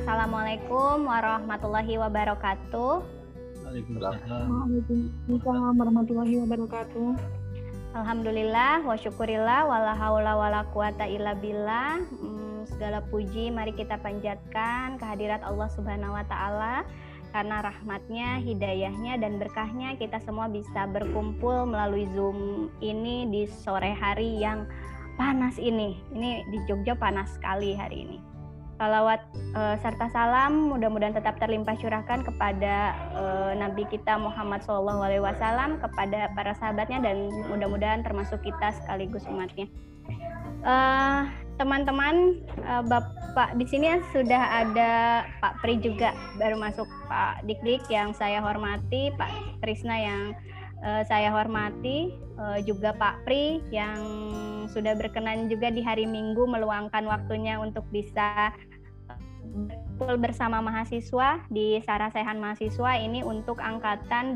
Assalamualaikum warahmatullahi wabarakatuh. Waalaikumsalam warahmatullahi wabarakatuh. Alhamdulillah wa syukurillah wala haula wala quwata illa billah. Segala puji mari kita panjatkan kehadirat Allah Subhanahu wa taala, karena rahmatnya, hidayahnya, dan berkahnya kita semua bisa berkumpul melalui Zoom ini di sore hari yang panas ini. Ini di Jogja panas sekali hari ini. Salawat serta salam mudah-mudahan tetap terlimpah curahkan kepada Nabi kita Muhammad SAW, kepada para sahabatnya, dan mudah-mudahan termasuk kita sekaligus umatnya. Teman-teman, Bapak di sini sudah ada Pak Pri juga, baru masuk Pak Dik-Dik yang saya hormati, Pak Trisna yang saya hormati, juga Pak Pri yang sudah berkenan juga di hari Minggu meluangkan waktunya untuk bisa berkumpul bersama mahasiswa di Sarasehan Mahasiswa ini untuk angkatan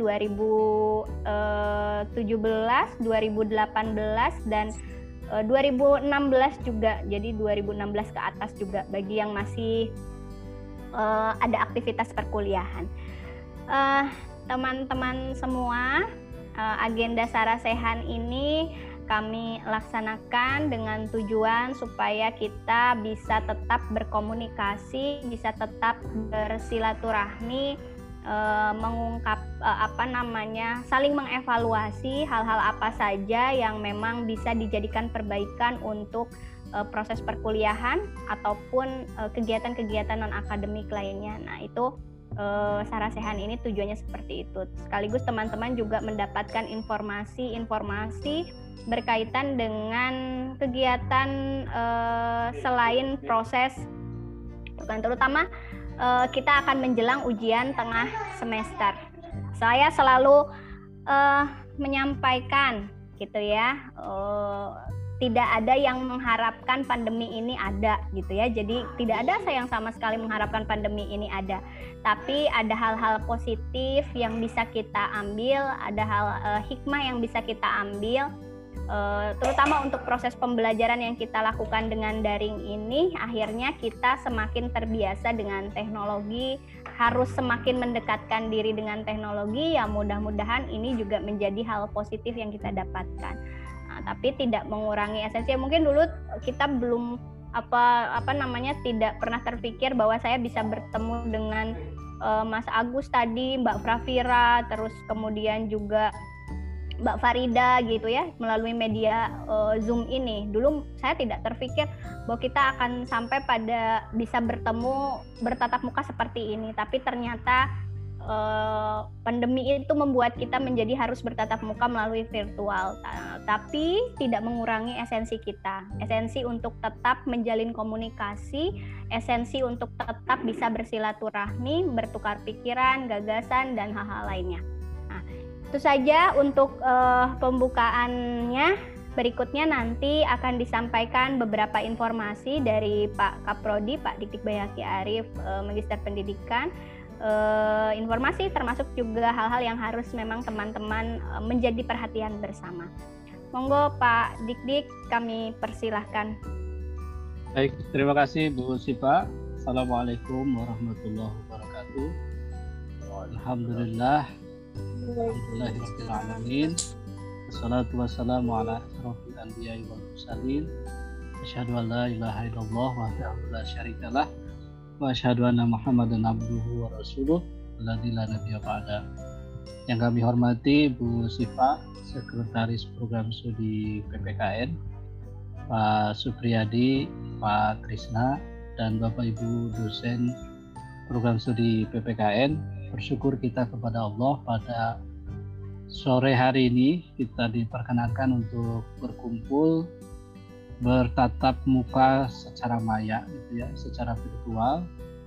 2017, 2018, dan 2016 juga. Jadi 2016 ke atas juga bagi yang masih ada aktivitas perkuliahan. Teman-teman semua, agenda Sarasehan ini kami laksanakan dengan tujuan supaya kita bisa tetap berkomunikasi, bisa tetap bersilaturahmi, saling mengevaluasi hal-hal apa saja yang memang bisa dijadikan perbaikan untuk proses perkuliahan ataupun kegiatan-kegiatan non-akademik lainnya. Nah, itu Sarasehan ini tujuannya seperti itu. Sekaligus teman-teman juga mendapatkan informasi-informasi berkaitan dengan kegiatan selain proses, terutama kita akan menjelang ujian tengah semester. Saya selalu menyampaikan gitu ya, tidak ada yang mengharapkan pandemi ini ada gitu ya. Jadi tidak ada saya yang sama sekali mengharapkan pandemi ini ada. Tapi ada hal-hal positif yang bisa kita ambil, ada hal hikmah yang bisa kita ambil, terutama untuk proses pembelajaran yang kita lakukan dengan daring ini. Akhirnya kita semakin terbiasa dengan teknologi, harus semakin mendekatkan diri dengan teknologi. Ya mudah-mudahan ini juga menjadi hal positif yang kita dapatkan. Tapi tidak mengurangi esensi. Mungkin dulu kita belum tidak pernah terpikir bahwa saya bisa bertemu dengan Mas Agus tadi, Mbak Frafira, terus kemudian juga Mbak Farida gitu ya, melalui media Zoom ini. Dulu saya tidak terpikir bahwa kita akan sampai pada bisa bertemu bertatap muka seperti ini, tapi ternyata pandemi itu membuat kita menjadi harus bertatap muka melalui virtual, tapi tidak mengurangi esensi kita, esensi untuk tetap menjalin komunikasi, esensi untuk tetap bisa bersilaturahmi, bertukar pikiran, gagasan, dan hal-hal lainnya. Nah, itu saja untuk pembukaannya. Berikutnya nanti akan disampaikan beberapa informasi dari Pak Kaprodi, Pak Dik-Dik Bayhaqi Arif, Magister Pendidikan. Informasi termasuk juga hal-hal yang harus memang teman-teman menjadi perhatian bersama. Monggo Pak Dik-Dik, kami persilahkan. Baik, terima kasih Bu Sipa. Assalamualaikum warahmatullahi wabarakatuh. Alhamdulillah, alhamdulillahirabbil alamin. Wassalatu wassalamu ala asyrofil anbiya'i wal mursalin. Asyhadu an la ilaha illallah wahdahu la syarikalah wa asyhadu anna Muhammadan abduhu wa rasuluh alladzi la nabiyya ba'da. Yang kami hormati Bu Sifa, Sekretaris Program Studi PPKN, Pak Supriyadi, Pak Trisna, dan Bapak Ibu dosen Program Studi PPKN. Bersyukur kita kepada Allah pada sore hari ini kita diperkenankan untuk berkumpul bertatap muka secara maya gitu ya, secara virtual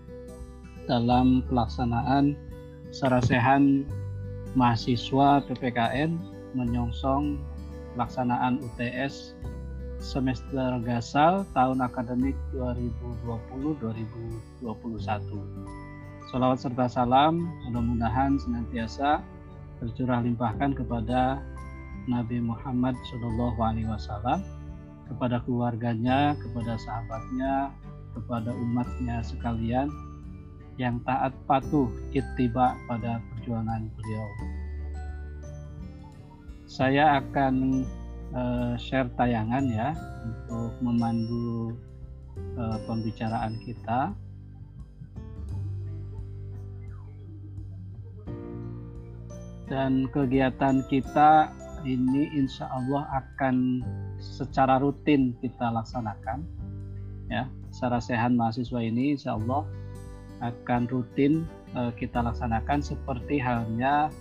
dalam pelaksanaan Sarasehan mahasiswa PPKN menyongsong pelaksanaan UTS semester gasal tahun akademik 2020-2021. Shalawat serta salam mudah-mudahan senantiasa tercurah limpahkan kepada Nabi Muhammad SAW, kepada keluarganya, kepada sahabatnya, kepada umatnya sekalian, yang taat patuh ittiba pada perjuangan beliau. Saya akan share tayangan ya untuk memandu pembicaraan kita. Dan kegiatan kita ini insya Allah akan secara rutin kita laksanakan ya. Sarasehan mahasiswa ini insya Allah akan rutin kita laksanakan seperti halnya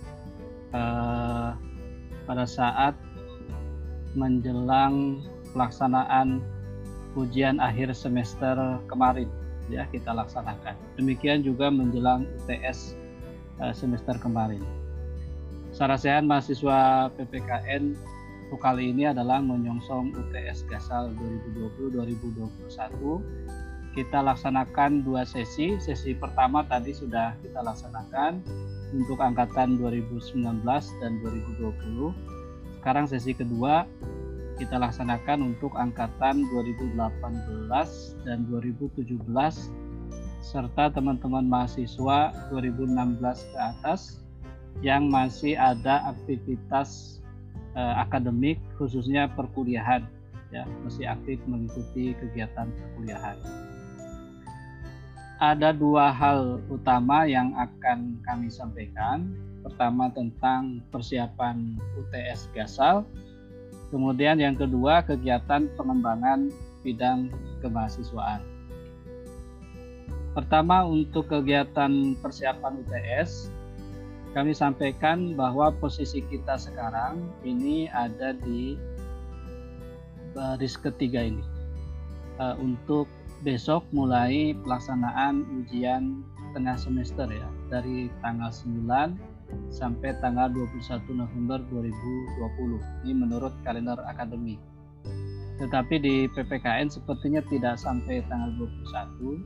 pada saat menjelang pelaksanaan ujian akhir semester kemarin ya kita laksanakan. Demikian juga menjelang UTS semester kemarin. Sarasehan mahasiswa PPKN untuk kali ini adalah menyongsong UTS Gasal 2020-2021. Kita laksanakan 2 sesi. Sesi pertama tadi sudah kita laksanakan untuk angkatan 2019 dan 2020. Sekarang sesi kedua kita laksanakan untuk angkatan 2018 dan 2017 serta teman-teman mahasiswa 2016 ke atas yang masih ada aktivitas akademik khususnya perkuliahan ya, masih aktif mengikuti kegiatan perkuliahan. Ada 2 hal utama yang akan kami sampaikan. Pertama tentang persiapan UTS Gasal, kemudian yang kedua kegiatan pengembangan bidang kemahasiswaan. Pertama untuk kegiatan persiapan UTS, kami sampaikan bahwa posisi kita sekarang ini ada di baris ketiga ini. Untuk besok mulai pelaksanaan ujian tengah semester ya, dari tanggal 9 sampai tanggal 21 November 2020. Ini menurut kalender akademik. Tetapi di PPKN sepertinya tidak sampai tanggal 21.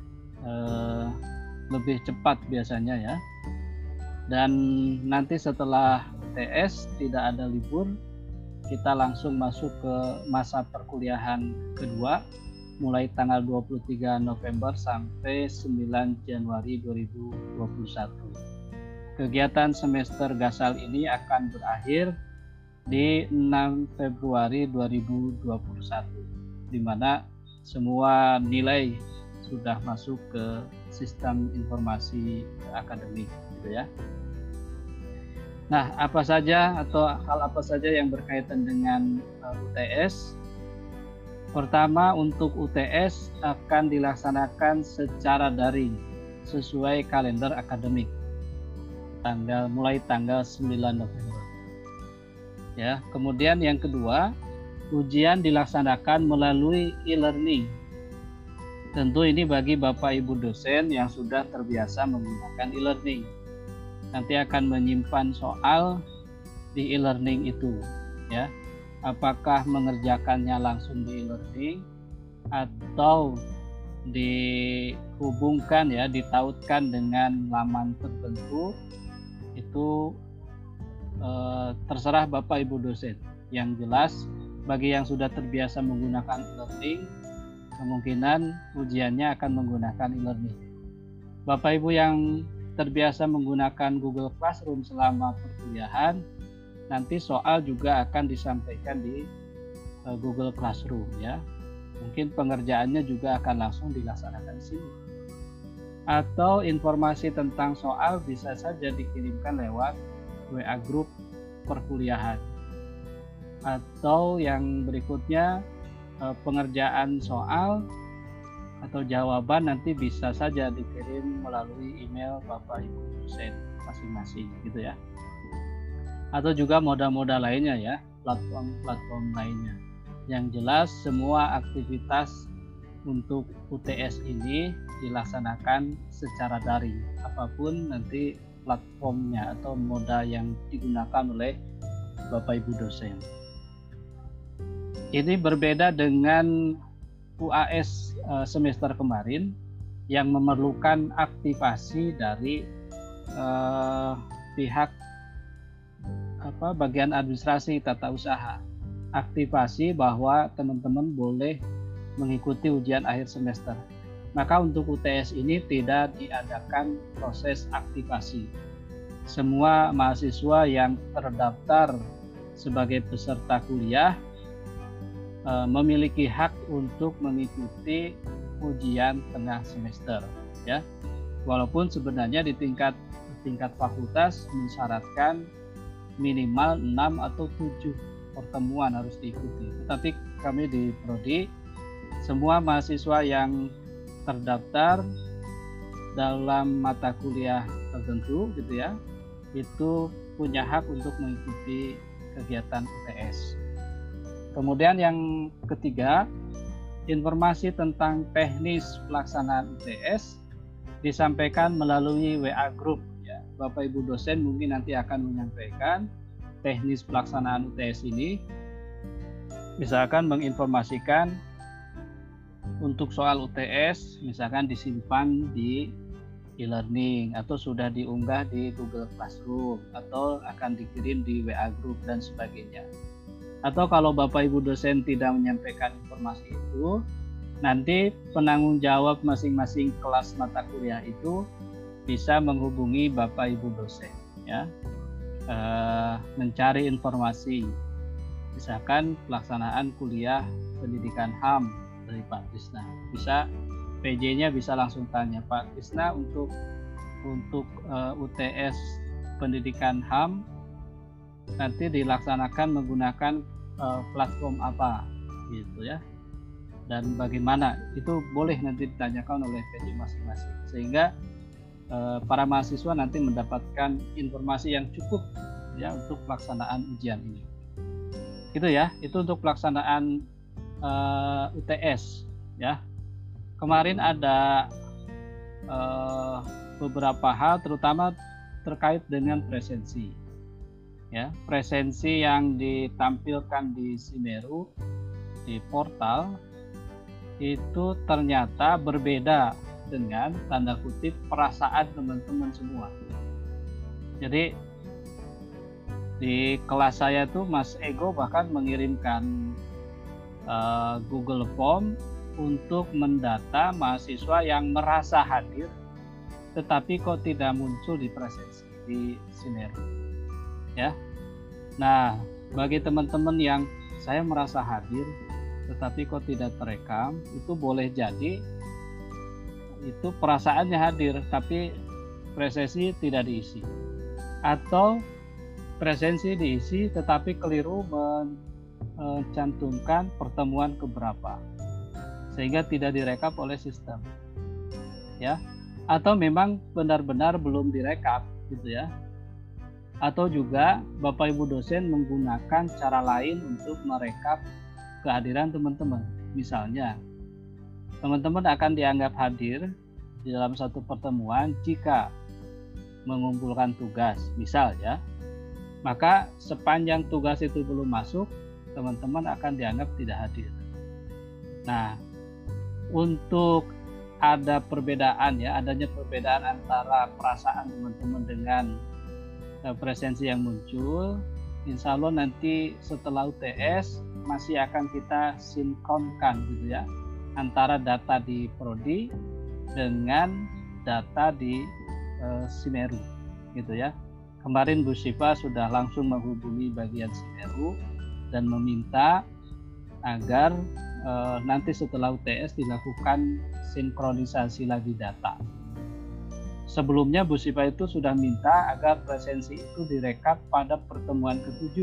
Lebih cepat biasanya ya. Dan nanti setelah UTS tidak ada libur, kita langsung masuk ke masa perkuliahan kedua mulai tanggal 23 November sampai 9 Januari 2021. Kegiatan semester Gasal ini akan berakhir di 6 Februari 2021, di mana semua nilai sudah masuk ke sistem informasi akademik gitu ya. Nah, apa saja atau hal apa saja yang berkaitan dengan UTS? Pertama, untuk UTS akan dilaksanakan secara daring sesuai kalender akademik. Mulai tanggal 9 November. Ya, kemudian yang kedua, ujian dilaksanakan melalui e-learning. Tentu ini bagi Bapak Ibu dosen yang sudah terbiasa menggunakan e-learning. Nanti akan menyimpan soal di e-learning itu, ya. Apakah mengerjakannya langsung di e-learning atau dihubungkan ya, ditautkan dengan laman tertentu, itu terserah Bapak Ibu dosen. Yang jelas bagi yang sudah terbiasa menggunakan e-learning, kemungkinan ujiannya akan menggunakan e-learning. Bapak Ibu yang terbiasa menggunakan Google Classroom selama perkuliahan, nanti soal juga akan disampaikan di Google Classroom ya. Mungkin pengerjaannya juga akan langsung dilaksanakan di sini. Atau informasi tentang soal bisa saja dikirimkan lewat WA Group perkuliahan. Atau yang berikutnya pengerjaan soal atau jawaban nanti bisa saja dikirim melalui email Bapak Ibu dosen masing-masing gitu ya. Atau juga moda-moda lainnya ya, platform lainnya. Yang jelas semua aktivitas untuk UTS ini dilaksanakan secara daring, apapun nanti platformnya atau moda yang digunakan oleh Bapak Ibu dosen. Ini berbeda dengan UAS semester kemarin yang memerlukan aktivasi dari pihak bagian administrasi tata usaha. Aktivasi bahwa teman-teman boleh mengikuti ujian akhir semester. maka untuk UTS ini tidak diadakan proses aktivasi. Semua mahasiswa yang terdaftar sebagai peserta kuliah memiliki hak untuk mengikuti ujian tengah semester, ya. Walaupun sebenarnya di tingkat fakultas mensyaratkan minimal 6 atau 7 pertemuan harus diikuti. Tetapi kami di Prodi, semua mahasiswa yang terdaftar dalam mata kuliah tertentu gitu ya, itu punya hak untuk mengikuti kegiatan UTS. Kemudian yang ketiga, informasi tentang teknis pelaksanaan UTS disampaikan melalui WA Group. Ya, Bapak Ibu dosen mungkin nanti akan menyampaikan teknis pelaksanaan UTS ini. Misalkan menginformasikan untuk soal UTS, misalkan disimpan di e-learning atau sudah diunggah di Google Classroom atau akan dikirim di WA Group dan sebagainya. Atau kalau Bapak Ibu dosen tidak menyampaikan informasi itu, nanti penanggung jawab masing-masing kelas mata kuliah itu bisa menghubungi Bapak Ibu dosen, ya, mencari informasi, misalkan pelaksanaan kuliah pendidikan HAM dari Pak Krisna. Bisa PJ-nya bisa langsung tanya, Pak Krisna untuk UTS pendidikan HAM nanti dilaksanakan menggunakan platform apa gitu ya, dan bagaimana, itu boleh nanti ditanyakan oleh PJ masing-masing sehingga para mahasiswa nanti mendapatkan informasi yang cukup ya untuk pelaksanaan ujian ini. Itu ya, itu untuk pelaksanaan UTS ya. Kemarin ada beberapa hal terutama terkait dengan presensi. Ya, presensi yang ditampilkan di Simeru di portal itu ternyata berbeda dengan tanda kutip perasaan teman-teman semua. Jadi di kelas saya tuh Mas Ego bahkan mengirimkan Google Form untuk mendata mahasiswa yang merasa hadir tetapi kok tidak muncul di presensi di Simeru. Ya. Nah, bagi teman-teman yang saya merasa hadir tetapi kok tidak terekam, itu boleh jadi itu perasaannya hadir tapi presensi tidak diisi. Atau presensi diisi tetapi keliru mencantumkan pertemuan keberapa sehingga tidak direkap oleh sistem, ya. Atau memang benar-benar belum direkap gitu ya. Atau juga Bapak Ibu dosen menggunakan cara lain untuk merekap kehadiran teman-teman. Misalnya teman-teman akan dianggap hadir di dalam satu pertemuan jika mengumpulkan tugas, misal ya. Maka sepanjang tugas itu belum masuk, teman-teman akan dianggap tidak hadir. Nah, untuk ada perbedaan ya, adanya perbedaan antara perasaan teman-teman dengan presensi yang muncul, insya Allah nanti setelah UTS masih akan kita sinkronkan gitu ya, antara data di Prodi dengan data di Simeru gitu ya. Kemarin Bu Syifa sudah langsung menghubungi bagian Simeru dan meminta agar nanti setelah UTS dilakukan sinkronisasi lagi data. Sebelumnya Bu Syifa itu sudah minta agar presensi itu direkap pada pertemuan ke-7.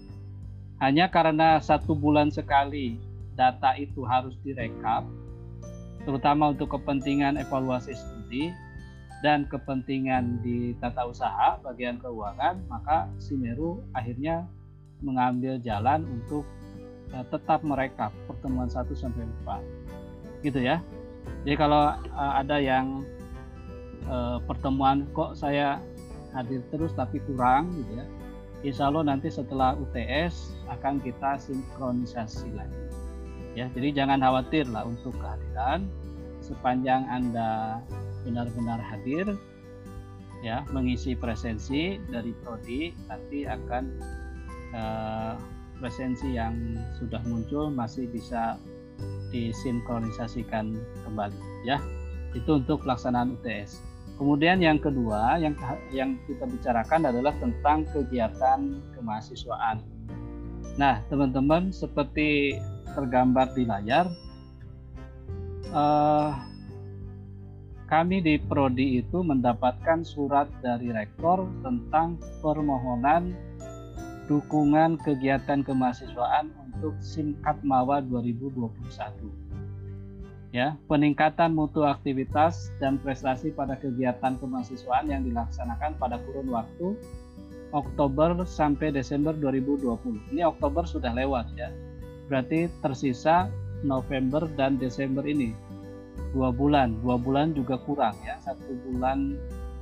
Hanya karena 1 bulan sekali data itu harus direkap, terutama untuk kepentingan evaluasi studi dan kepentingan di tata usaha bagian keuangan, maka Simeru akhirnya mengambil jalan untuk tetap merekap pertemuan 1 sampai 4. Gitu ya. Jadi kalau ada yang pertemuan kok saya hadir terus tapi kurang gitu ya, insya Allah nanti setelah UTS akan kita sinkronisasi lagi ya. Jadi jangan khawatir lah untuk kehadiran, sepanjang Anda benar-benar hadir ya, mengisi presensi dari Prodi, nanti akan presensi yang sudah muncul masih bisa disinkronisasikan kembali ya. Itu untuk pelaksanaan UTS. Kemudian yang kedua yang kita bicarakan adalah tentang kegiatan kemahasiswaan. Nah, teman-teman, seperti tergambar di layar, kami di Prodi itu mendapatkan surat dari rektor tentang permohonan dukungan kegiatan kemahasiswaan untuk Simkatmawa 2021. Ya, peningkatan mutu aktivitas dan prestasi pada kegiatan kemahasiswaan yang dilaksanakan pada kurun waktu Oktober sampai Desember 2020. Ini Oktober sudah lewat ya. Berarti tersisa November dan Desember ini. 2 bulan juga kurang ya. 1 bulan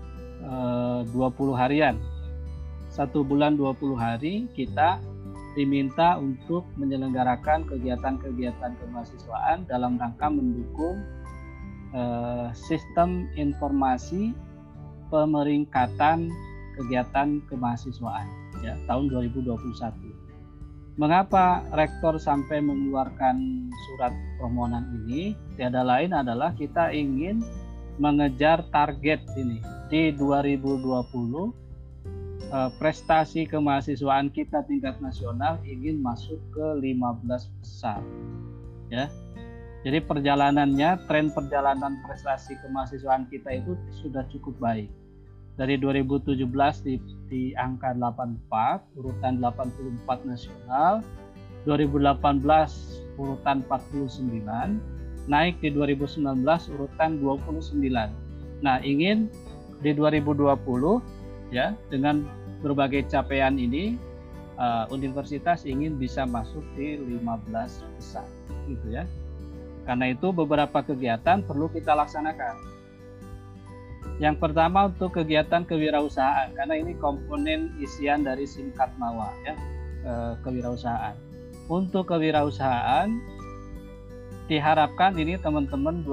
20 harian. 1 bulan 20 hari kita diminta untuk menyelenggarakan kegiatan-kegiatan kemahasiswaan dalam rangka mendukung sistem informasi pemeringkatan kegiatan kemahasiswaan ya tahun 2021. Mengapa rektor sampai mengeluarkan surat permohonan ini? Tiada lain adalah kita ingin mengejar target ini di 2020. Prestasi kemahasiswaan kita tingkat nasional ingin masuk ke 15 besar ya. Jadi tren perjalanan prestasi kemahasiswaan kita itu sudah cukup baik. Dari 2017 di angka 84, urutan 84 nasional, 2018 urutan 49, naik di 2019 urutan 29. Nah, ingin di 2020 ya, dengan berbagai capaian ini universitas ingin bisa masuk di 15 besar gitu ya. Karena itu beberapa kegiatan perlu kita laksanakan. Yang pertama untuk kegiatan kewirausahaan, karena ini komponen isian dari Simkatmawa ya, kewirausahaan. Untuk kewirausahaan diharapkan ini teman-teman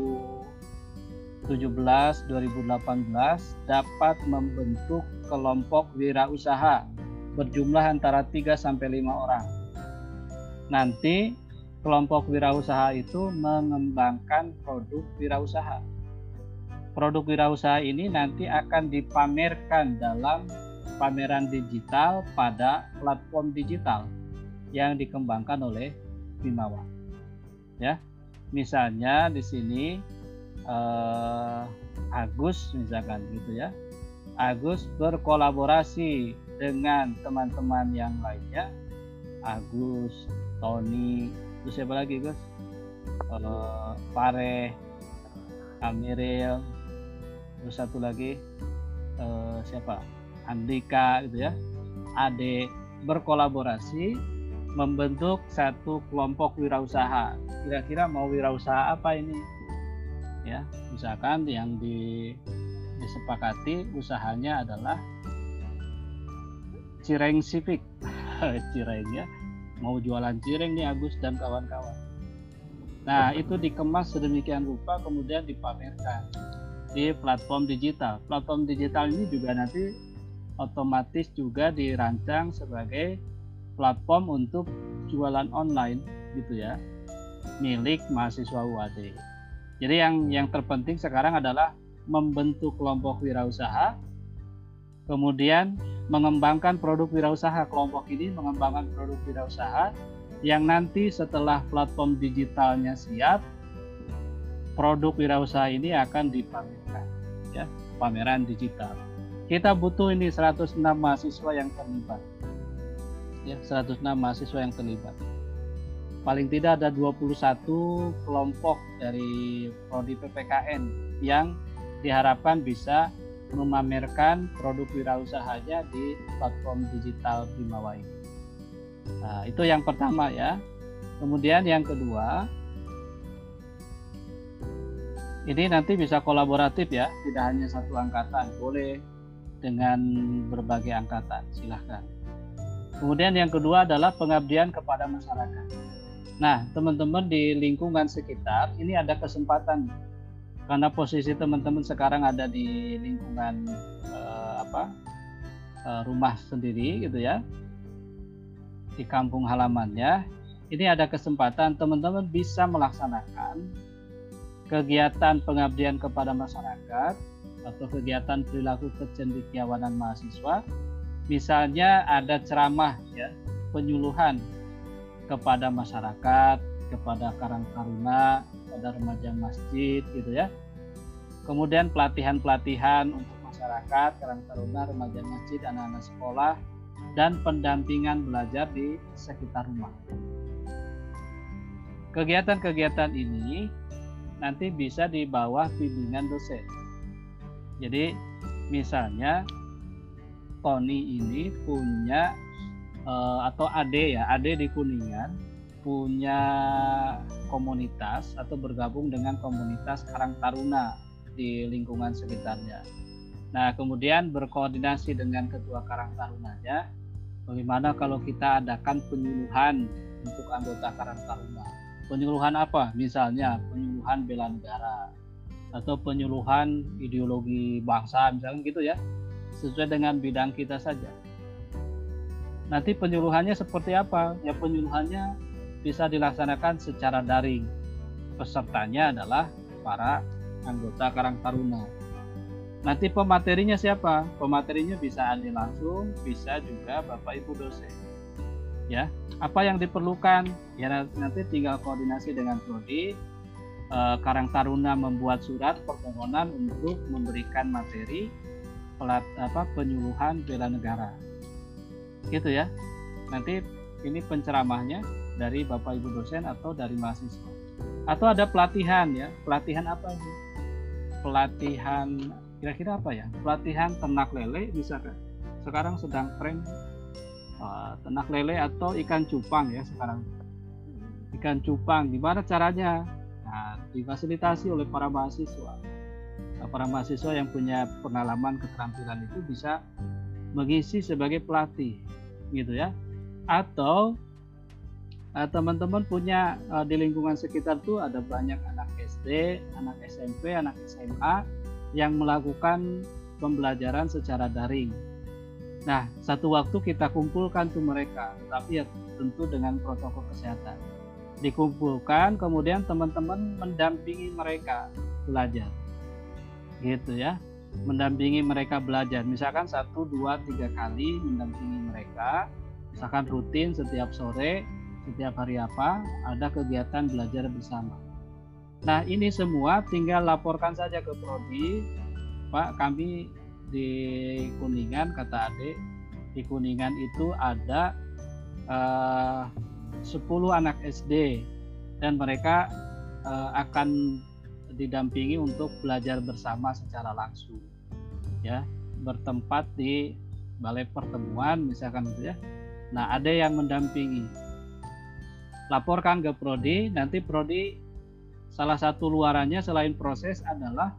2017, 2018 dapat membentuk kelompok wirausaha berjumlah antara 3 sampai 5 orang. Nanti kelompok wirausaha itu mengembangkan produk wirausaha. Produk wirausaha ini nanti akan dipamerkan dalam pameran digital pada platform digital yang dikembangkan oleh Bimawa. Ya, misalnya di sini Agus misalkan gitu ya. Agus berkolaborasi dengan teman-teman yang lainnya. Agus, Tony, terus siapa lagi Gus? Pareh, Amiril, terus satu lagi siapa? Andika gitu ya. Ade berkolaborasi membentuk satu kelompok wirausaha. Kira-kira mau wirausaha apa ini? Ya, misalkan yang disepakati usahanya adalah cireng civic. Cireng ya, mau jualan cireng nih Agus dan kawan-kawan. Nah, itu dikemas sedemikian rupa kemudian dipamerkan di platform digital. Platform digital ini juga nanti otomatis juga dirancang sebagai platform untuk jualan online gitu ya, milik mahasiswa UAD. Jadi yang terpenting sekarang adalah membentuk kelompok wirausaha, kemudian mengembangkan produk wirausaha. Kelompok ini mengembangkan produk wirausaha yang nanti setelah platform digitalnya siap, produk wirausaha ini akan dipamerkan ya, pameran digital. Kita butuh ini 106 mahasiswa yang terlibat. Ya, 106 mahasiswa yang terlibat. Paling tidak ada 21 kelompok dari prodi PPKN yang diharapkan bisa memamerkan produk wirausahanya di platform digital Bimawa ini. Nah, itu yang pertama ya. Kemudian yang kedua, ini nanti bisa kolaboratif ya, tidak hanya satu angkatan, boleh dengan berbagai angkatan, silahkan. Kemudian yang kedua adalah pengabdian kepada masyarakat. Nah, teman-teman di lingkungan sekitar ini ada kesempatan karena posisi teman-teman sekarang ada di lingkungan rumah sendiri gitu ya, di kampung halamannya. ini ada kesempatan teman-teman bisa melaksanakan kegiatan pengabdian kepada masyarakat atau kegiatan perilaku kecendekiawanan mahasiswa. Misalnya ada ceramah ya, penyuluhan kepada masyarakat, kepada Karang Taruna, kepada remaja masjid gitu ya. Kemudian pelatihan-pelatihan untuk masyarakat, Karang Taruna, remaja masjid, anak-anak sekolah, dan pendampingan belajar di sekitar rumah. Kegiatan-kegiatan ini nanti bisa di bawah bimbingan dosen. Jadi misalnya Tony ini punya atau Ade ya, Ade di Kuningan punya komunitas atau bergabung dengan komunitas Karang Taruna di lingkungan sekitarnya. Nah, kemudian berkoordinasi dengan ketua Karang Tarunanya, bagaimana kalau kita adakan penyuluhan untuk anggota Karang Taruna. Penyuluhan apa? Misalnya penyuluhan bela negara atau penyuluhan ideologi bangsa misalnya gitu ya, sesuai dengan bidang kita saja. Nanti penyuluhannya seperti apa? Ya penyuluhannya bisa dilaksanakan secara daring. Pesertanya adalah para anggota Karang Taruna. Nanti pematerinya siapa? Pematerinya bisa Ade langsung, bisa juga Bapak Ibu dosen. Ya, apa yang diperlukan? Ya nanti tinggal koordinasi dengan prodi. Karang Taruna membuat surat permohonan untuk memberikan materi penyuluhan bela negara. Gitu ya. Nanti ini penceramahnya dari Bapak Ibu dosen atau dari mahasiswa. Atau ada pelatihan ya. Pelatihan apa ini? Pelatihan kira-kira apa ya? Pelatihan ternak lele misalkan. Sekarang sedang tren ternak lele atau ikan cupang ya sekarang. Ikan cupang, gimana caranya? Nah, difasilitasi oleh para mahasiswa. Nah, para mahasiswa yang punya pengalaman keterampilan itu bisa mengisi sebagai pelatih, gitu ya. Atau teman-teman punya di lingkungan sekitar tuh ada banyak anak SD, anak SMP, anak SMA yang melakukan pembelajaran secara daring. Nah, satu waktu kita kumpulkan tuh mereka, tapi ya tentu dengan protokol kesehatan. Dikumpulkan, kemudian teman-teman mendampingi mereka belajar. Gitu ya. Mendampingi mereka belajar. Misalkan 1, 2, 3 kali mendampingi mereka. Misalkan rutin setiap sore, setiap hari apa, ada kegiatan belajar bersama. Nah, ini semua tinggal laporkan saja ke prodi. Pak, kami di Kuningan, kata Ade, di Kuningan itu ada 10 anak SD dan mereka akan didampingi untuk belajar bersama secara langsung ya, bertempat di balai pertemuan misalkan gitu ya. Nah, ada yang mendampingi, laporkan ke prodi, nanti prodi salah satu luarannya selain proses adalah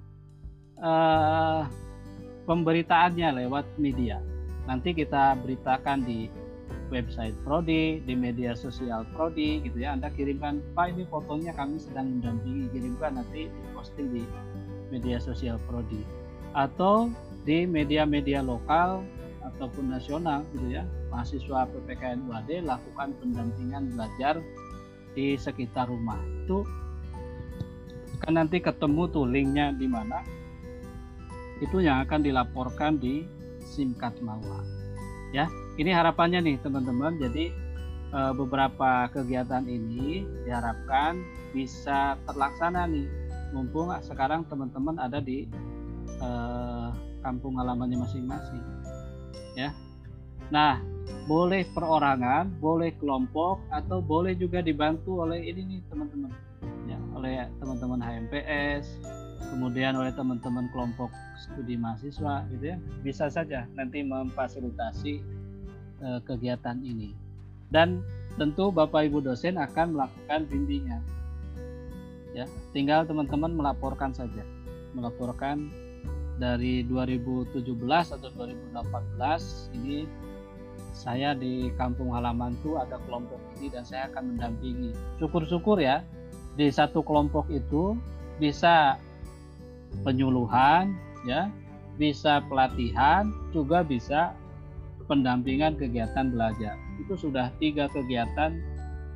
pemberitaannya lewat media. Nanti kita beritakan di website prodi, di media sosial prodi gitu ya. Anda kirimkan, Pak ini fotonya kami sedang mendampingi, kirimkan nanti posting di media sosial prodi. Atau di media-media lokal ataupun nasional gitu ya. Mahasiswa PPKN UAD lakukan pendampingan belajar di sekitar rumah. Itu kan nanti ketemu tuh linknya di mana. Itu yang akan dilaporkan di Simkat Mawa. Ya, ini harapannya nih teman-teman. Jadi beberapa kegiatan ini diharapkan bisa terlaksana nih. Mumpung sekarang teman-teman ada di kampung halamannya masing-masing. Ya. Nah, boleh perorangan, boleh kelompok, atau boleh juga dibantu oleh ini nih teman-teman. Ya, oleh teman-teman HMPS, kemudian oleh teman-teman kelompok studi mahasiswa gitu ya, bisa saja nanti memfasilitasi kegiatan ini. Dan tentu Bapak Ibu dosen akan melakukan bimbingan ya, tinggal teman-teman melaporkan saja, melaporkan dari 2017 atau 2018 ini saya di kampung halaman tuh ada kelompok ini dan saya akan mendampingi. Syukur-syukur ya, di satu kelompok itu bisa penyuluhan ya, bisa pelatihan, juga bisa pendampingan kegiatan belajar. Itu sudah 3 kegiatan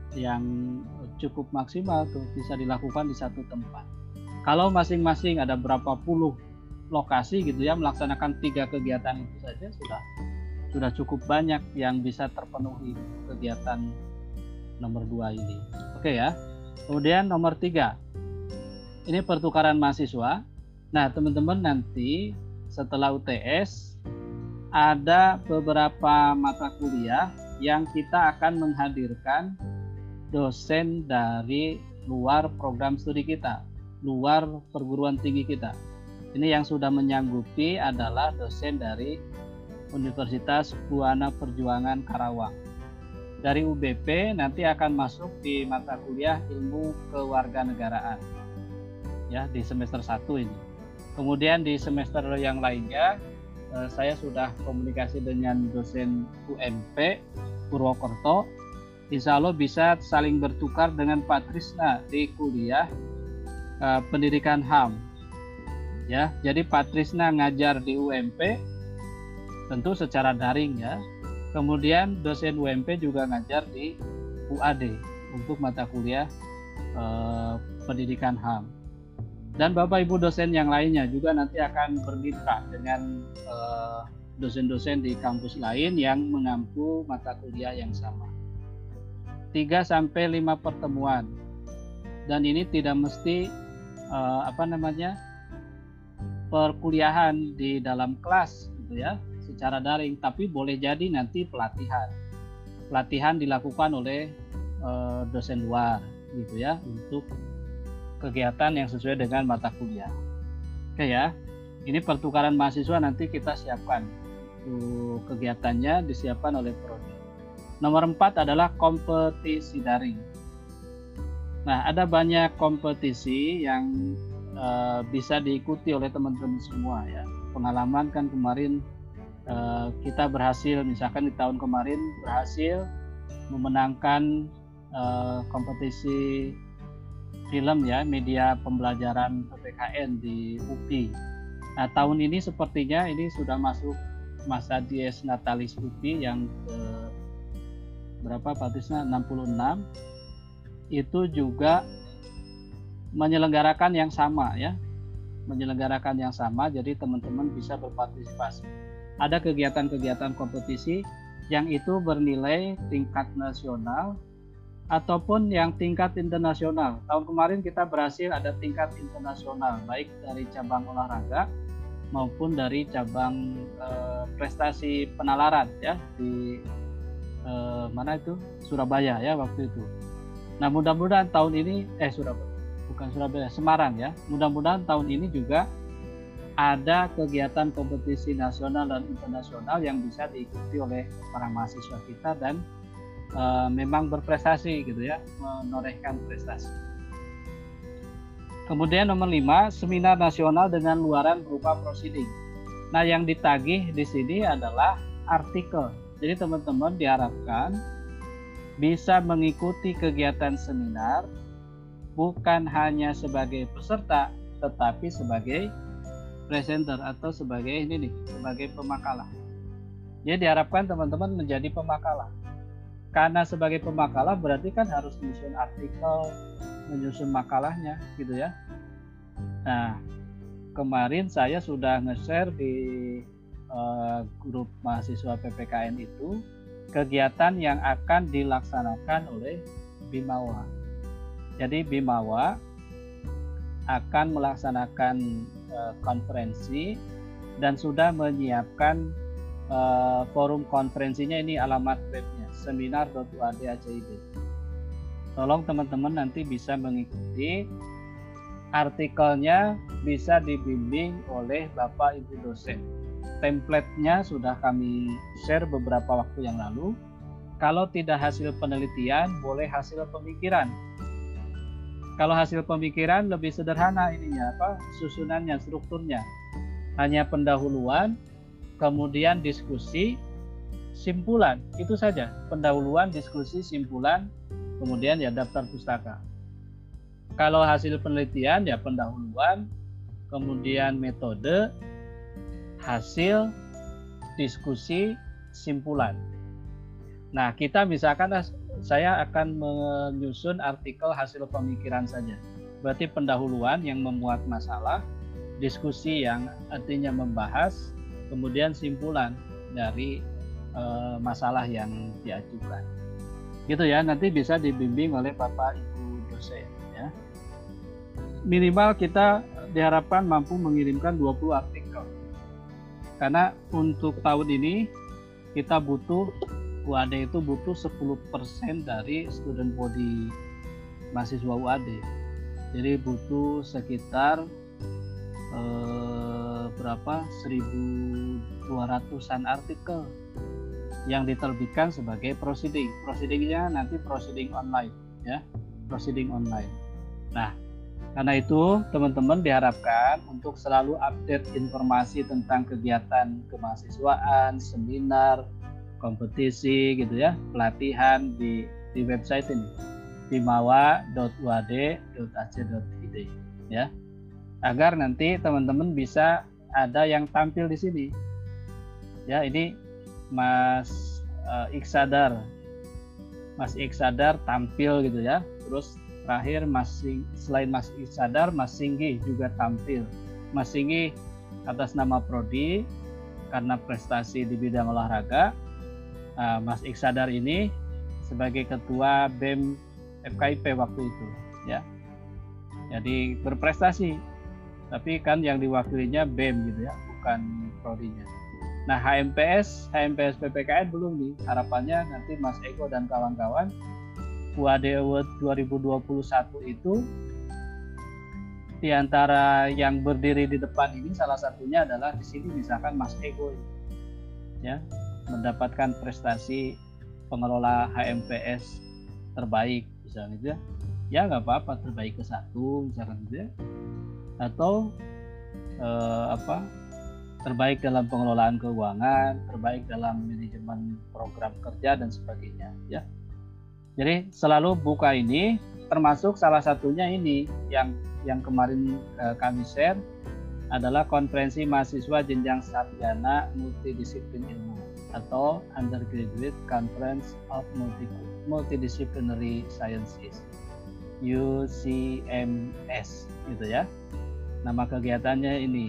yang cukup maksimal tuh bisa dilakukan di satu tempat. Kalau masing-masing ada berapa puluh lokasi gitu ya, melaksanakan 3 kegiatan itu saja sudah cukup banyak yang bisa terpenuhi kegiatan nomor 2 ini. Oke ya. Kemudian nomor 3, ini pertukaran mahasiswa. Nah, teman-teman nanti setelah UTS ada beberapa mata kuliah yang kita akan menghadirkan dosen dari luar program studi kita, luar perguruan tinggi kita. Ini yang sudah menyanggupi adalah dosen dari Universitas Buana Perjuangan Karawang. Dari UBP nanti akan masuk di mata kuliah ilmu kewarganegaraan ya di semester 1 ini. Kemudian di semester yang lainnya saya sudah komunikasi dengan dosen UMP Purwokerto. Insya Allah bisa saling bertukar dengan Pak Trisna di kuliah pendidikan HAM. Ya, jadi Pak Trisna ngajar di UMP tentu secara daring ya. Kemudian dosen UMP juga ngajar di UAD untuk mata kuliah pendidikan HAM. Dan Bapak Ibu dosen yang lainnya juga nanti akan bermitra dengan dosen-dosen di kampus lain yang mengampu mata kuliah yang sama. 3-5 pertemuan. Dan ini tidak mesti perkuliahan di dalam kelas gitu ya, secara daring, tapi boleh jadi nanti pelatihan dilakukan oleh dosen luar gitu ya, untuk kegiatan yang sesuai dengan mata kuliah. Oke ya, ini pertukaran mahasiswa nanti kita siapkan, kegiatannya disiapkan oleh prodi. Nomor 4 adalah kompetisi daring. Nah, ada banyak kompetisi yang bisa diikuti oleh teman-teman semua ya. Pengalaman kan kemarin kita berhasil, misalkan di tahun kemarin berhasil memenangkan kompetisi film ya, media pembelajaran PPKN di UPI. Nah, tahun ini sepertinya ini sudah masuk masa dies natalis UPI yang berapa Pak Tisna, 66. Itu juga menyelenggarakan yang sama ya. Menyelenggarakan yang sama, jadi teman-teman bisa berpartisipasi. Ada kegiatan-kegiatan kompetisi yang itu bernilai tingkat nasional ataupun yang tingkat internasional. Tahun kemarin kita berhasil ada tingkat internasional, baik dari cabang olahraga maupun dari cabang prestasi penalaran ya di Surabaya ya waktu itu. Nah, mudah-mudahan tahun ini Semarang ya. Mudah-mudahan tahun ini juga ada kegiatan kompetisi nasional dan internasional yang bisa diikuti oleh para mahasiswa kita dan memang berprestasi gitu ya, menorehkan prestasi. Kemudian nomor 5, seminar nasional dengan luaran berupa prosiding. Nah, yang ditagih di sini adalah artikel. Jadi teman-teman diharapkan bisa mengikuti kegiatan seminar bukan hanya sebagai peserta, tetapi sebagai presenter atau sebagai sebagai pemakalah. Jadi diharapkan teman-teman menjadi pemakalah. Karena sebagai pemakalah berarti kan harus menyusun artikel, menyusun makalahnya gitu ya. Nah, kemarin saya sudah nge-share di grup mahasiswa PPKN itu kegiatan yang akan dilaksanakan oleh Bimawa. Jadi Bimawa akan melaksanakan konferensi dan sudah menyiapkan forum konferensinya, ini alamat webnya seminar.uad.acid. Tolong teman-teman nanti bisa mengikuti, artikelnya bisa dibimbing oleh Bapak Ibu dosen. Template-nya sudah kami share beberapa waktu yang lalu. Kalau tidak hasil penelitian, boleh hasil pemikiran. Kalau hasil pemikiran lebih sederhana ininya, susunannya, strukturnya. Hanya pendahuluan, kemudian diskusi, simpulan, itu saja. Pendahuluan, diskusi, simpulan, kemudian ya daftar pustaka. Kalau hasil penelitian ya pendahuluan, kemudian metode, hasil, diskusi, simpulan. Nah, kita misalkan saya akan menyusun artikel hasil pemikiran saja. Berarti pendahuluan yang memuat masalah, diskusi yang artinya membahas, kemudian simpulan dari masalah yang diajukan. Gitu ya, nanti bisa dibimbing oleh Bapak Ibu dosen ya. Minimal kita diharapkan mampu mengirimkan 20 artikel. Karena untuk tahun ini kita butuh UAD itu butuh 10% dari student body mahasiswa UAD. Jadi butuh sekitar berapa 1.200-an artikel yang diterbitkan sebagai proceeding. Proceedingnya nanti proceeding online ya, proceeding online. Nah, karena itu teman-teman diharapkan untuk selalu update informasi tentang kegiatan kemahasiswaan, seminar, kompetisi gitu ya, pelatihan di website ini bimawa.uad.ac.id ya. Agar nanti teman-teman bisa ada yang tampil di sini. Ya, ini Mas Iksadar tampil gitu ya. Terus terakhir selain Mas Iksadar, Mas Singgi juga tampil. Mas Singgi atas nama prodi karena prestasi di bidang olahraga. Mas Iksadar ini sebagai ketua BEM FKIP waktu itu ya. Jadi berprestasi. Tapi kan yang diwakilinya BEM gitu ya, bukan prodinya. Nah, HMPS PPKN belum nih. Harapannya nanti Mas Eko dan kawan-kawan UAD Award 2021 itu di antara yang berdiri di depan ini salah satunya adalah di sini misalkan Mas Eko ya, mendapatkan prestasi pengelola HMPS terbaik misalnya gitu ya, nggak apa-apa, terbaik ke-1 misalkan gitu ya, atau terbaik dalam pengelolaan keuangan, terbaik dalam manajemen program kerja dan sebagainya ya. Jadi selalu buka ini, termasuk salah satunya ini yang kemarin kami share adalah konferensi mahasiswa jenjang sarjana multidisiplin ilmu atau Undergraduate Conference of Multidisciplinary Sciences UCMS gitu ya. Nama kegiatannya ini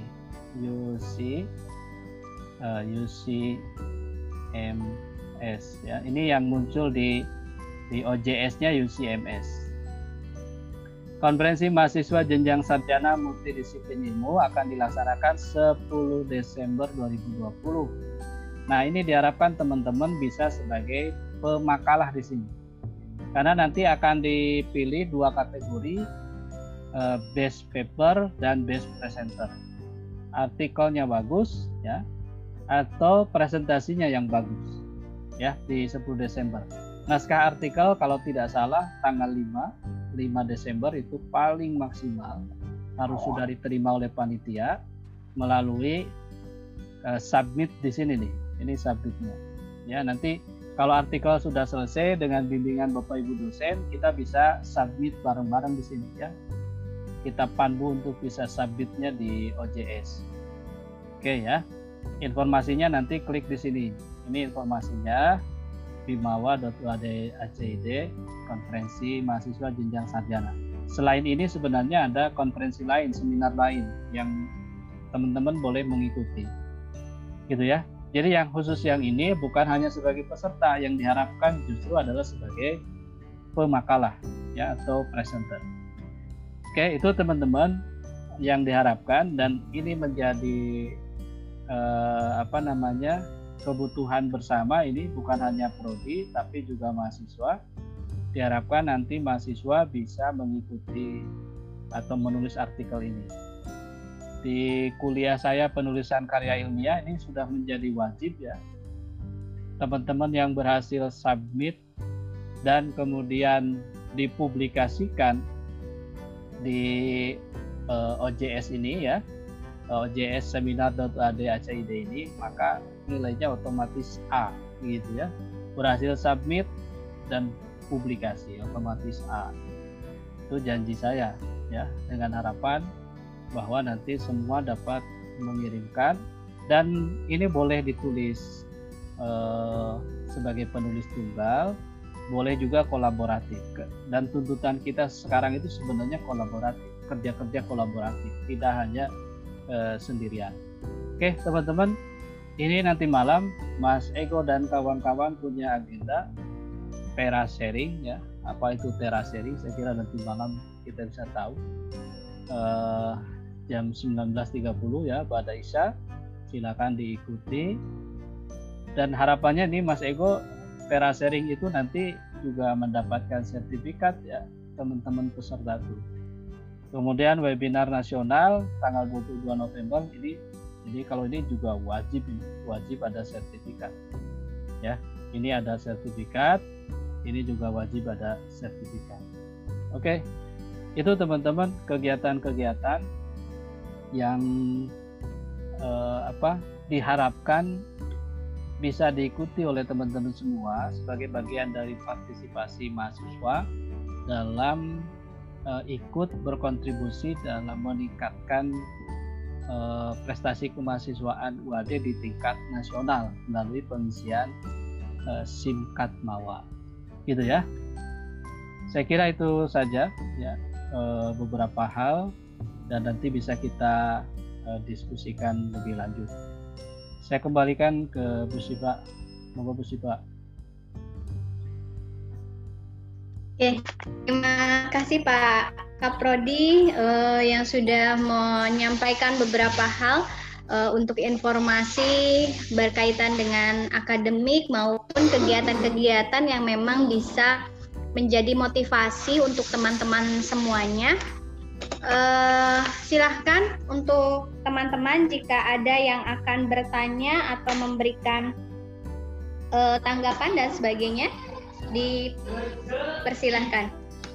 UCMS ya. Ini yang muncul di OJS-nya UCMS. Konferensi mahasiswa jenjang sarjana multidisiplin ilmu akan dilaksanakan 10 Desember 2020. Nah, ini diharapkan teman-teman bisa sebagai pemakalah di sini. Karena nanti akan dipilih 2 kategori, best paper dan best presenter. Artikelnya bagus ya, atau presentasinya yang bagus ya di 10 Desember. Naskah artikel kalau tidak salah tanggal 5 Desember itu paling maksimal harus sudah diterima oleh panitia melalui submit di sini nih. Ini submitnya. Ya, nanti kalau artikel sudah selesai dengan bimbingan Bapak Ibu dosen, kita bisa submit bareng-bareng di sini ya. Kita pandu untuk bisa submitnya di OJS. Oke ya. Informasinya nanti klik di sini. Ini informasinya bimawa.uad.ac.id konferensi mahasiswa jenjang sarjana. Selain ini sebenarnya ada konferensi lain, seminar lain yang teman-teman boleh mengikuti. Gitu ya. Jadi yang khusus yang ini bukan hanya sebagai peserta, yang diharapkan justru adalah sebagai pemakalah ya atau presenter. Oke, itu teman-teman yang diharapkan, dan ini menjadi kebutuhan bersama. Ini bukan hanya prodi tapi juga mahasiswa. Diharapkan nanti mahasiswa bisa mengikuti atau menulis artikel ini. Di kuliah saya penulisan karya ilmiah ini sudah menjadi wajib ya. Teman-teman yang berhasil submit dan kemudian dipublikasikan di OJS ini ya, OJS seminar.uad.ac.id ini, maka nilainya otomatis A gitu ya. Berhasil submit dan publikasi otomatis A. Itu janji saya ya, dengan harapan bahwa nanti semua dapat mengirimkan, dan ini boleh ditulis sebagai penulis tunggal, boleh juga kolaboratif. Dan tuntutan kita sekarang itu sebenarnya kolaboratif, kerja-kerja kolaboratif, tidak hanya sendirian. Oke teman-teman, ini nanti malam Mas Ego dan kawan-kawan punya agenda teras sharing ya. Apa itu teras sharing? Saya kira nanti malam kita bisa tahu. Jam 19.30 ya, pada Isya. Silakan diikuti. Dan harapannya nih Mas Ego, teras sharing itu nanti juga mendapatkan sertifikat ya teman-teman peserta itu. Kemudian webinar nasional tanggal 22 November ini, jadi kalau ini juga wajib ada sertifikat. Ya, ini ada sertifikat, ini juga wajib ada sertifikat. Oke, itu teman-teman kegiatan-kegiatan yang diharapkan bisa diikuti oleh teman-teman semua sebagai bagian dari partisipasi mahasiswa dalam ikut berkontribusi dalam meningkatkan prestasi kemahasiswaan UAD di tingkat nasional melalui pengisian SIMKAT MAWA, gitu ya. Saya kira itu saja ya, beberapa hal, dan nanti bisa kita diskusikan lebih lanjut. Saya kembalikan ke Bu Siva. Monggo Bu Siva. Oke, terima kasih Pak Kaprodi yang sudah menyampaikan beberapa hal untuk informasi berkaitan dengan akademik maupun kegiatan-kegiatan yang memang bisa menjadi motivasi untuk teman-teman semuanya. Silahkan untuk teman-teman jika ada yang akan bertanya atau memberikan tanggapan dan sebagainya, dipersilahkan.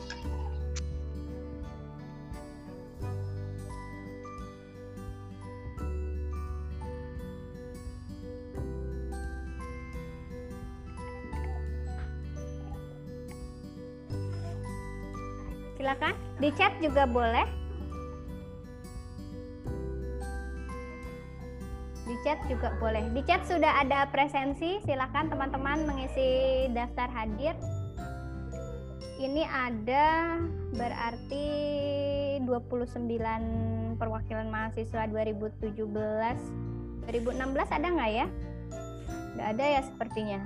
Silakan, di chat juga boleh. Di chat juga boleh. Di chat sudah ada presensi, silakan teman-teman mengisi daftar hadir. Ini ada berarti 29 perwakilan mahasiswa 2017. 2016 ada nggak ya? Nggak ada ya sepertinya.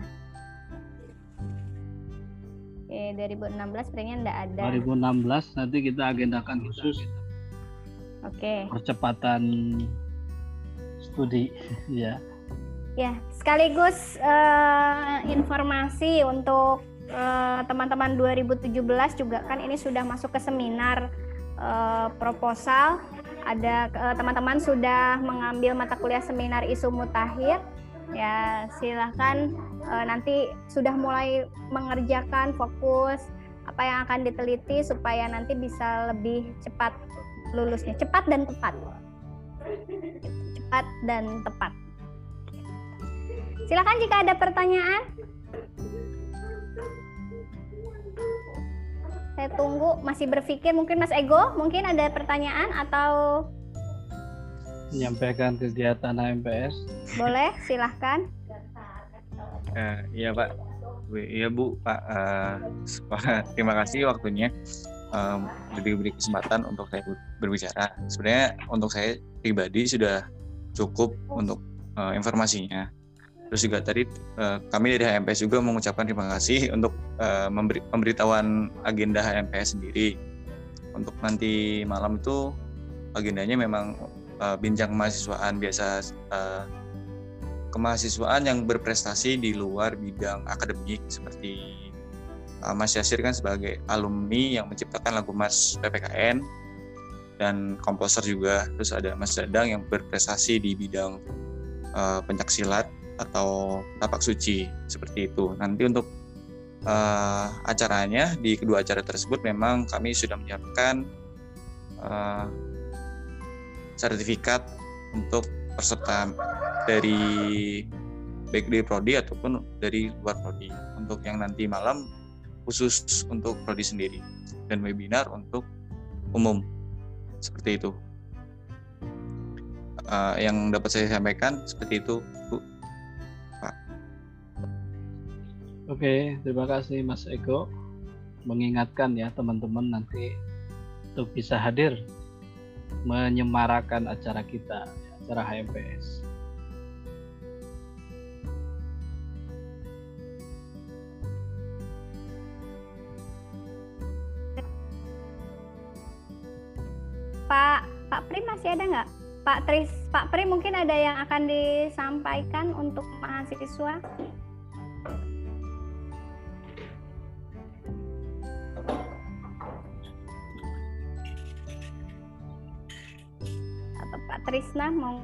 Oke, 2016 sepertinya nggak ada. 2016 nanti kita agendakan khusus. Oke. Percepatan studi ya. Ya, sekaligus informasi untuk teman-teman 2017 juga kan ini sudah masuk ke seminar proposal. Ada teman-teman sudah mengambil mata kuliah seminar isu mutakhir. Ya, silahkan nanti sudah mulai mengerjakan fokus apa yang akan diteliti supaya nanti bisa lebih cepat lulusnya, cepat dan tepat. Cepat dan tepat. Silakan jika ada pertanyaan. Saya tunggu, masih berpikir, mungkin Mas Ego, mungkin ada pertanyaan atau menyampaikan kegiatan HMPS. Boleh, silahkan. Iya Pak, iya Bu, Pak. Terima kasih waktunya. Diberi kesempatan untuk saya berbicara. Sebenarnya untuk saya pribadi sudah cukup untuk informasinya. Terus juga tadi kami dari HMPS juga mengucapkan terima kasih untuk pemberitahuan agenda HMPS sendiri. Untuk nanti malam itu agendanya memang bincang kemahasiswaan biasa, kemahasiswaan yang berprestasi di luar bidang akademik, seperti Mas Yasir kan sebagai alumni yang menciptakan lagu Mas PPKN dan komposer juga. Terus ada Mas Dadang yang berprestasi di bidang pencaksilat atau tapak suci, seperti itu. Nanti untuk acaranya, di kedua acara tersebut memang kami sudah menyiapkan sertifikat untuk peserta dari baik dari prodi ataupun dari luar prodi. Untuk yang nanti malam khusus untuk prodi sendiri dan webinar untuk umum, seperti itu. Yang dapat saya sampaikan seperti itu, Bu. Pak. Oke, terima kasih Mas Eko mengingatkan ya teman-teman nanti untuk bisa hadir menyemarakan acara kita, acara HMPS. Pak Pri masih ada nggak? Pak Pri mungkin ada yang akan disampaikan untuk mahasiswa? Atau Pak Trisna mau?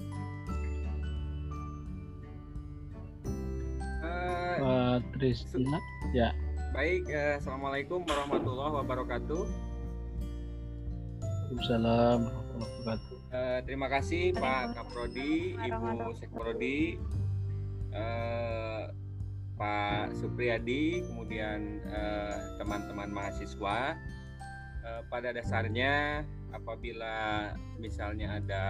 Pak Trisna, ya. Baik, Assalamualaikum warahmatullahi wabarakatuh. Waalaikumsalam warahmatullahi wabarakatuh. Terima kasih Pak Kaprodi, Ibu Sekprodi, Pak Supriyadi, kemudian teman-teman mahasiswa. Pada dasarnya apabila misalnya ada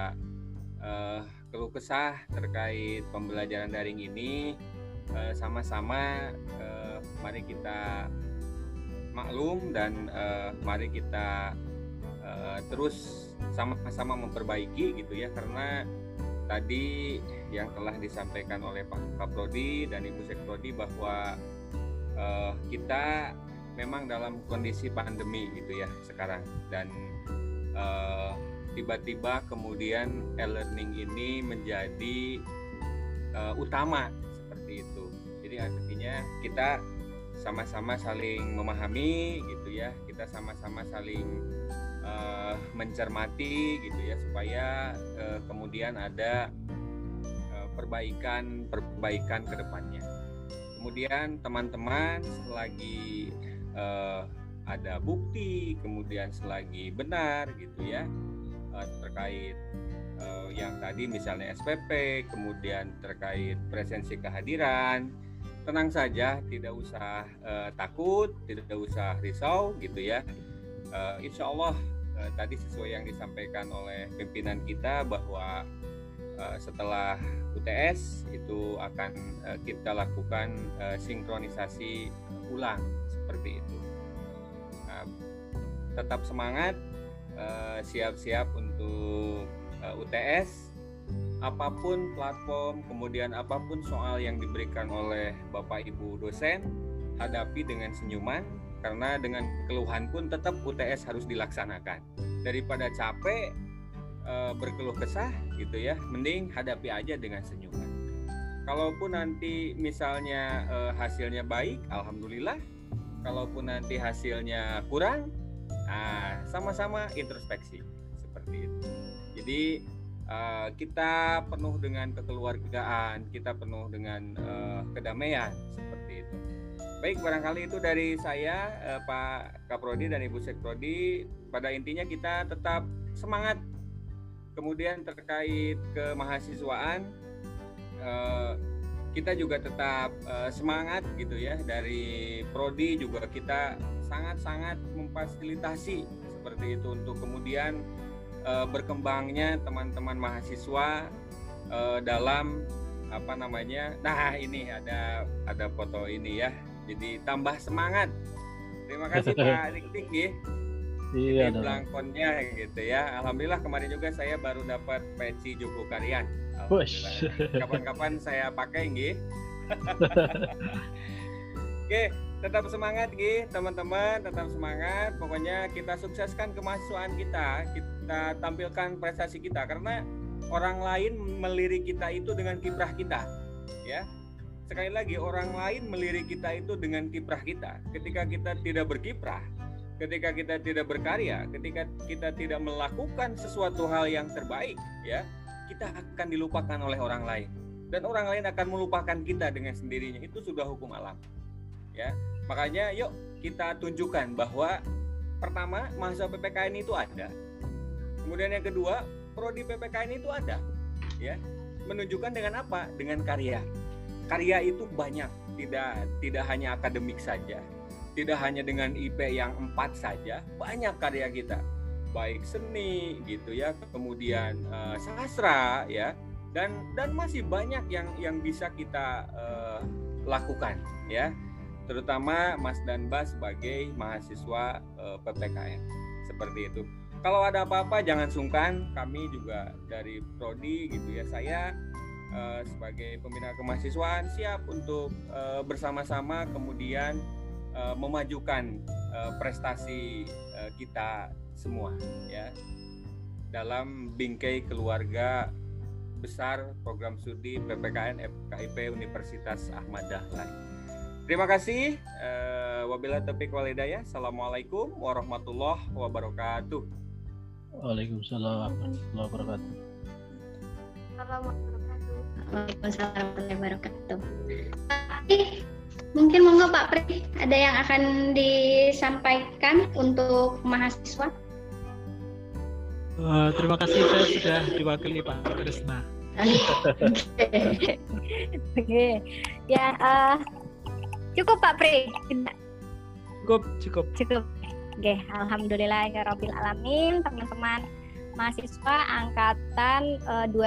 keluh kesah terkait pembelajaran daring ini, sama-sama mari kita maklum dan mari kita terus sama-sama memperbaiki gitu ya, karena tadi yang telah disampaikan oleh Pak Kaprodi dan Ibu Sekprodi bahwa kita memang dalam kondisi pandemi gitu ya sekarang, dan tiba-tiba kemudian e-learning ini menjadi utama seperti itu. Jadi artinya kita sama-sama saling memahami gitu ya, kita sama-sama saling mencermati gitu ya, supaya kemudian ada perbaikan ke depannya. Kemudian teman-teman selagi ada bukti, kemudian selagi benar gitu ya terkait yang tadi misalnya SPP, kemudian terkait presensi kehadiran, tenang saja, tidak usah takut, tidak usah risau gitu ya. Insya Allah tadi sesuai yang disampaikan oleh pimpinan kita bahwa setelah UTS itu akan kita lakukan sinkronisasi ulang seperti itu. Nah, tetap semangat, siap-siap untuk UTS, apapun platform, kemudian apapun soal yang diberikan oleh Bapak Ibu dosen, hadapi dengan senyuman, karena dengan keluhan pun tetap UTS harus dilaksanakan. Daripada capek berkeluh kesah gitu ya, mending hadapi aja dengan senyuman. Kalaupun nanti misalnya hasilnya baik, alhamdulillah. Kalaupun nanti hasilnya kurang, sama-sama introspeksi seperti itu. Jadi kita penuh dengan kekeluargaan, kita penuh dengan kedamaian seperti itu. Baik, barangkali itu dari saya, Pak Kaprodi dan Ibu Sekprodi. Pada intinya kita tetap semangat. Kemudian terkait kemahasiswaan, kita juga tetap semangat gitu ya. Dari Prodi juga kita sangat-sangat memfasilitasi seperti itu untuk kemudian berkembangnya teman-teman mahasiswa dalam apa namanya. Nah, ini ada foto ini ya. Jadi tambah semangat. Terima kasih Pak Dik-Dik ya. Iya, ini belangkonnya gitu ya. Alhamdulillah kemarin juga saya baru dapat peci Joko Karyan. Kapan-kapan saya pakai nggih. Oke, tetap semangat nggih teman-teman, tetap semangat. Pokoknya kita sukseskan kemahasiswaan kita. Kita tampilkan prestasi kita, karena orang lain melirik kita itu dengan kiprah kita. Ya. Sekali lagi, orang lain melirik kita itu dengan kiprah kita. Ketika kita tidak berkiprah, ketika kita tidak berkarya, ketika kita tidak melakukan sesuatu hal yang terbaik, ya, kita akan dilupakan oleh orang lain. Dan orang lain akan melupakan kita dengan sendirinya. Itu sudah hukum alam. Ya. Makanya yuk kita tunjukkan bahwa pertama, mahasiswa PPKN itu ada. Kemudian yang kedua, prodi PPKN itu ada. Ya. Menunjukkan dengan apa? Dengan karya. Karya itu banyak, tidak hanya akademik saja, tidak hanya dengan IP yang 4 saja, banyak karya kita, baik seni gitu ya, kemudian sastra ya, dan masih banyak yang bisa kita lakukan ya, terutama Mas dan Mbak sebagai mahasiswa PPKN seperti itu. Kalau ada apa-apa jangan sungkan, kami juga dari Prodi gitu ya, saya sebagai pembina kemahasiswaan siap untuk bersama-sama kemudian memajukan prestasi kita semua ya dalam bingkai keluarga besar program studi PPKN FKIP Universitas Ahmad Dahlan. Terima kasih. Wabillahi taufiq wal hidayah. Assalamualaikum warahmatullahi wabarakatuh. Waalaikumsalam warahmatullahi wabarakatuh. Waalaikumsalam warahmatullahi wabarakatuh. Mungkin monggo Pak Pri, ada yang akan disampaikan untuk mahasiswa? Terima kasih, saya sudah diwakili Pak Trisna. Oke. Ya, cukup Pak Pri. Cukup. Oke, alhamdulillahirabbil alamin, teman-teman mahasiswa angkatan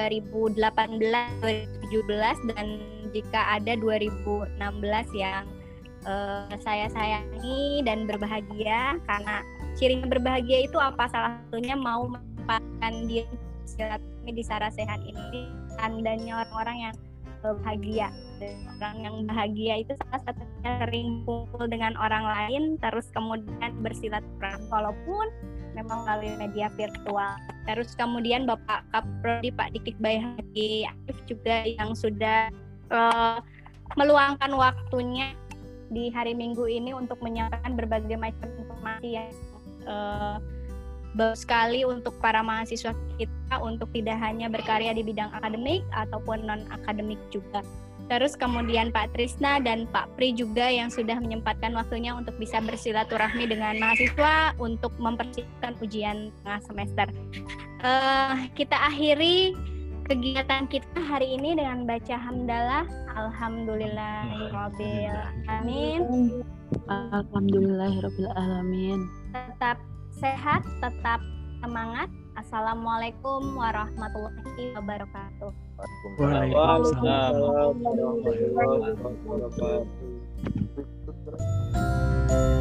2018-2017 dan jika ada 2016 yang saya sayangi dan berbahagia, karena cirinya berbahagia itu apa? Salah satunya mau menempatkan diri di Sarasehan ini tandanya orang-orang yang bahagia. Orang yang bahagia itu salah satunya sering kumpul dengan orang lain, terus kemudian bersilaturahmi walaupun memang melalui media virtual. Terus kemudian Bapak Kaprodi Pak Dikik Baihaqi Arif juga yang sudah meluangkan waktunya di hari Minggu ini untuk menyampaikan berbagai macam informasi yang bagus sekali untuk para mahasiswa kita untuk tidak hanya berkarya di bidang akademik ataupun non akademik juga. Terus kemudian Pak Trisna dan Pak Pri juga yang sudah menyempatkan waktunya untuk bisa bersilaturahmi dengan mahasiswa untuk mempersiapkan ujian tengah semester. Kita akhiri kegiatan kita hari ini dengan baca hamdalah. Alhamdulillahirabbil alamin. Alhamdulillahirabbil alamin. Tetap sehat, tetap semangat. Assalamualaikum warahmatullahi wabarakatuh. Waalaikumsalam warahmatullahi wabarakatuh.